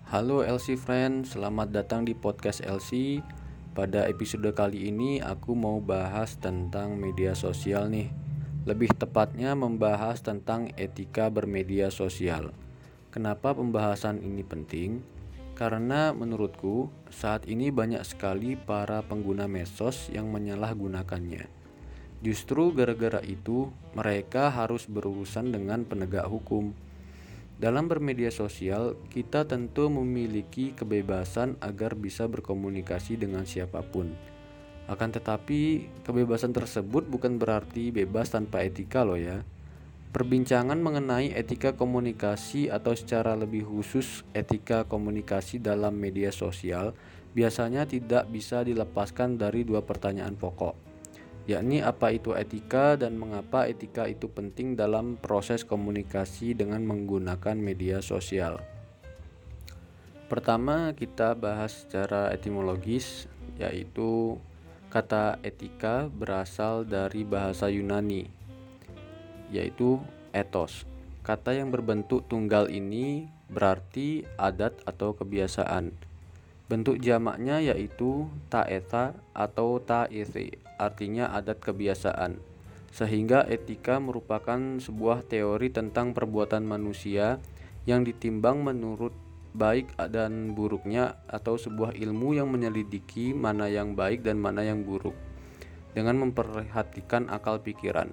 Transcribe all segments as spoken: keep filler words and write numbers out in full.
Halo L C Friend, selamat datang di podcast L C. Pada episode kali ini aku mau bahas tentang media sosial nih. Lebih tepatnya membahas tentang etika bermedia sosial. Kenapa pembahasan ini penting? Karena menurutku saat ini banyak sekali para pengguna medsos yang menyalahgunakannya. Justru gara-gara itu mereka harus berurusan dengan penegak hukum. Dalam bermedia sosial, kita tentu memiliki kebebasan agar bisa berkomunikasi dengan siapapun. Akan tetapi, kebebasan tersebut bukan berarti bebas tanpa etika loh ya. Perbincangan mengenai etika komunikasi atau secara lebih khusus etika komunikasi dalam media sosial biasanya tidak bisa dilepaskan dari dua pertanyaan pokok, yakni apa itu etika dan mengapa etika itu penting dalam proses komunikasi dengan menggunakan media sosial. Pertama, kita bahas secara etimologis, yaitu kata etika berasal dari bahasa Yunani, yaitu ethos. Kata yang berbentuk tunggal ini berarti adat atau kebiasaan. Bentuk jamaknya yaitu taeta atau taethe, artinya adat kebiasaan. Sehingga etika merupakan sebuah teori tentang perbuatan manusia yang ditimbang menurut baik dan buruknya, atau sebuah ilmu yang menyelidiki mana yang baik dan mana yang buruk dengan memperhatikan akal pikiran.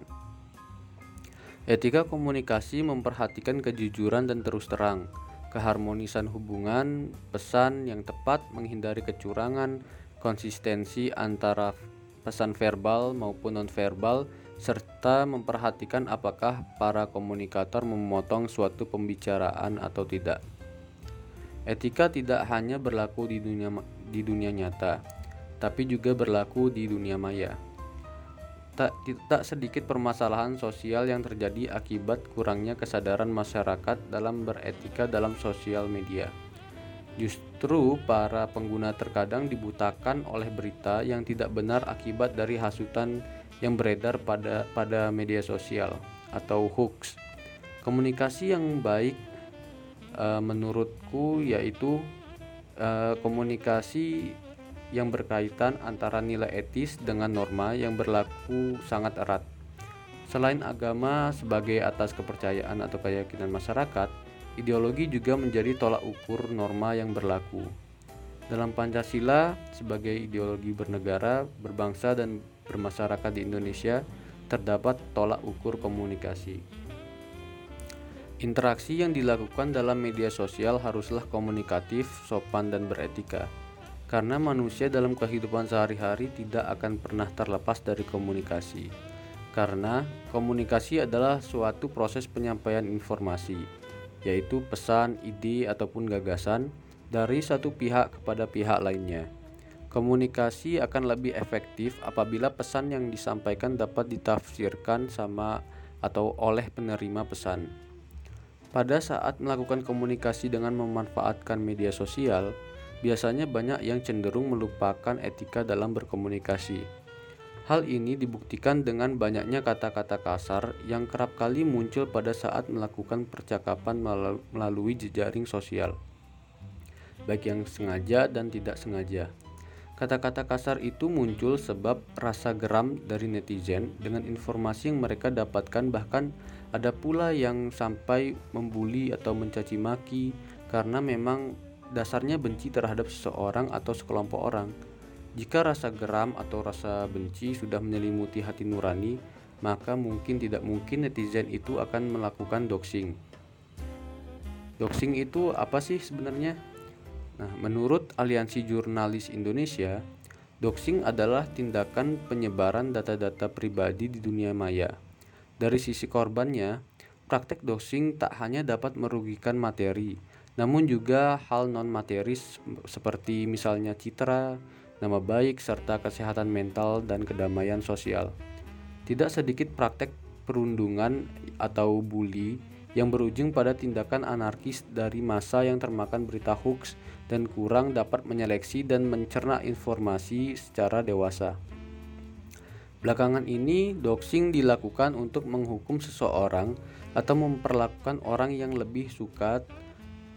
Etika komunikasi memperhatikan kejujuran dan terus terang, keharmonisan hubungan, pesan yang tepat, menghindari kecurangan, konsistensi antara pesan verbal maupun nonverbal, serta memperhatikan apakah para komunikator memotong suatu pembicaraan atau tidak. Etika tidak hanya berlaku di dunia di dunia nyata, tapi juga berlaku di dunia maya. Tak, tak sedikit permasalahan sosial yang terjadi akibat kurangnya kesadaran masyarakat dalam beretika dalam sosial media. Justru para pengguna terkadang dibutakan oleh berita yang tidak benar akibat dari hasutan yang beredar pada pada media sosial atau hoax. Komunikasi yang baik e, menurutku yaitu e, komunikasi yang berkaitan antara nilai etis dengan norma yang berlaku sangat erat. Selain agama sebagai atas kepercayaan atau keyakinan masyarakat, ideologi juga menjadi tolak ukur norma yang berlaku. Dalam Pancasila sebagai ideologi bernegara, berbangsa dan bermasyarakat di Indonesia, terdapat tolak ukur komunikasi. Interaksi yang dilakukan dalam media sosial haruslah komunikatif, sopan dan beretika. Karena manusia dalam kehidupan sehari-hari tidak akan pernah terlepas dari komunikasi. Karena komunikasi adalah suatu proses penyampaian informasi, yaitu pesan, ide, ataupun gagasan dari satu pihak kepada pihak lainnya. Komunikasi akan lebih efektif apabila pesan yang disampaikan dapat ditafsirkan sama atau oleh penerima pesan. Pada saat melakukan komunikasi dengan memanfaatkan media sosial, biasanya banyak yang cenderung melupakan etika dalam berkomunikasi. Hal ini dibuktikan dengan banyaknya kata-kata kasar yang kerap kali muncul pada saat melakukan percakapan melalui jejaring sosial, baik yang sengaja dan tidak sengaja. Kata-kata kasar itu muncul sebab rasa geram dari netizen dengan informasi yang mereka dapatkan, bahkan ada pula yang sampai membuli atau mencaci maki karena memang dasarnya benci terhadap seseorang atau sekelompok orang. Jika rasa geram atau rasa benci sudah menyelimuti hati nurani, maka mungkin tidak mungkin netizen itu akan melakukan doxing. Doxing itu apa sih sebenarnya? Nah, menurut Aliansi Jurnalis Indonesia, doxing adalah tindakan penyebaran data-data pribadi di dunia maya. Dari sisi korbannya, praktek doxing tak hanya dapat merugikan materi, namun juga hal non-materis seperti misalnya citra, nama baik, serta kesehatan mental dan kedamaian sosial. Tidak sedikit praktek perundungan atau bully yang berujung pada tindakan anarkis dari massa yang termakan berita hoax dan kurang dapat menyeleksi dan mencerna informasi secara dewasa. Belakangan ini, doxing dilakukan untuk menghukum seseorang atau memperlakukan orang yang lebih suka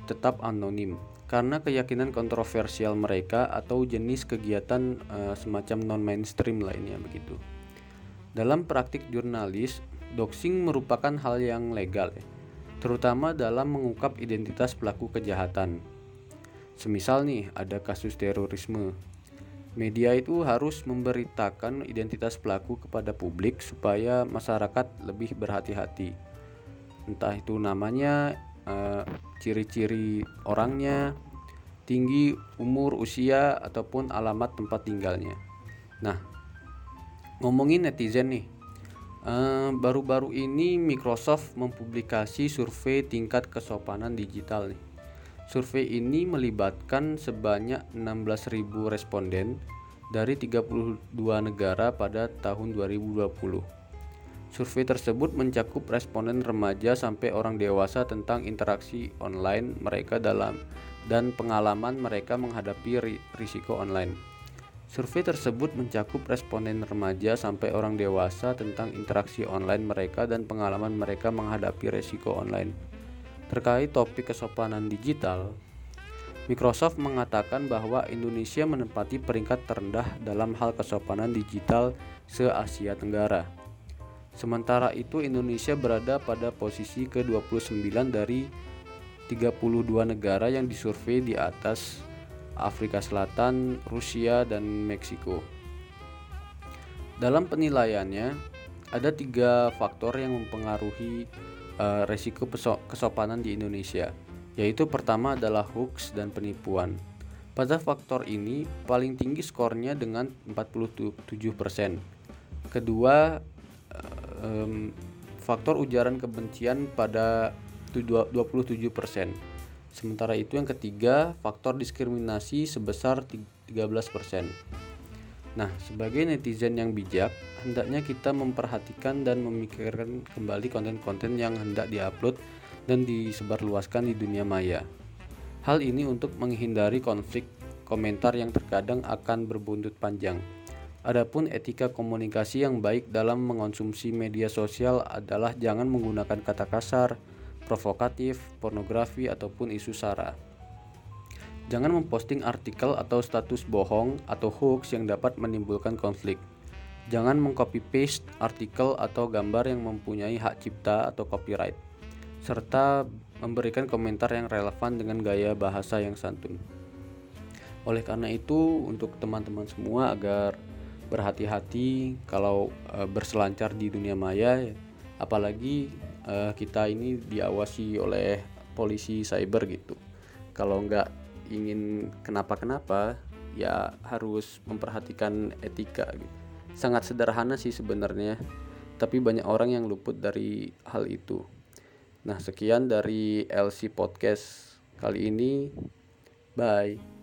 tetap anonim karena keyakinan kontroversial mereka atau jenis kegiatan uh, semacam non-mainstream lainnya begitu. Dalam praktik jurnalis, doxing merupakan hal yang legal ya, terutama dalam mengungkap identitas pelaku kejahatan. Semisal nih ada kasus terorisme, media itu harus memberitakan identitas pelaku kepada publik supaya masyarakat lebih berhati-hati. Entah itu namanya, uh, ciri-ciri orangnya, tinggi, umur, usia, ataupun alamat tempat tinggalnya. Nah, ngomongin netizen nih, uh, baru-baru ini Microsoft mempublikasi survei tingkat kesopanan digital nih. Survei ini melibatkan sebanyak enam belas ribu responden dari tiga puluh dua negara pada tahun dua ribu dua puluh. Survei tersebut mencakup responden remaja sampai orang dewasa tentang interaksi online mereka dalam dan pengalaman mereka menghadapi ri- risiko online. Survei tersebut mencakup responden remaja sampai orang dewasa tentang interaksi online mereka dan pengalaman mereka menghadapi risiko online. Terkait topik kesopanan digital, Microsoft mengatakan bahwa Indonesia menempati peringkat terendah dalam hal kesopanan digital se-Asia Tenggara. Sementara itu Indonesia berada pada posisi ke dua puluh sembilan dari tiga puluh dua negara yang disurvei di atas Afrika Selatan, Rusia, dan Meksiko. Dalam penilaiannya, ada tiga faktor yang mempengaruhi uh, resiko peso- kesopanan di Indonesia, yaitu pertama adalah hoax dan penipuan. Pada faktor ini paling tinggi skornya dengan empat puluh tujuh persen. Kedua, um, faktor ujaran kebencian pada dua puluh tujuh persen. Sementara itu yang ketiga, faktor diskriminasi sebesar tiga belas persen. Nah, sebagai netizen yang bijak, hendaknya kita memperhatikan dan memikirkan kembali konten-konten yang hendak diupload dan disebarluaskan di dunia maya. Hal ini untuk menghindari konflik komentar yang terkadang akan berbuntut panjang. Adapun etika komunikasi yang baik dalam mengonsumsi media sosial adalah jangan menggunakan kata kasar, provokatif, pornografi, ataupun isu sara. Jangan memposting artikel atau status bohong atau hoax yang dapat menimbulkan konflik. Jangan mengcopy paste artikel atau gambar yang mempunyai hak cipta atau copyright, serta memberikan komentar yang relevan dengan gaya bahasa yang santun. Oleh karena itu, untuk teman-teman semua agar berhati-hati kalau e, berselancar di dunia maya, apalagi e, kita ini diawasi oleh polisi cyber gitu. Kalau nggak ingin kenapa-kenapa, ya harus memperhatikan etika gitu. Sangat sederhana sih sebenarnya, tapi banyak orang yang luput dari hal itu. Nah, sekian dari L C Podcast kali ini. Bye.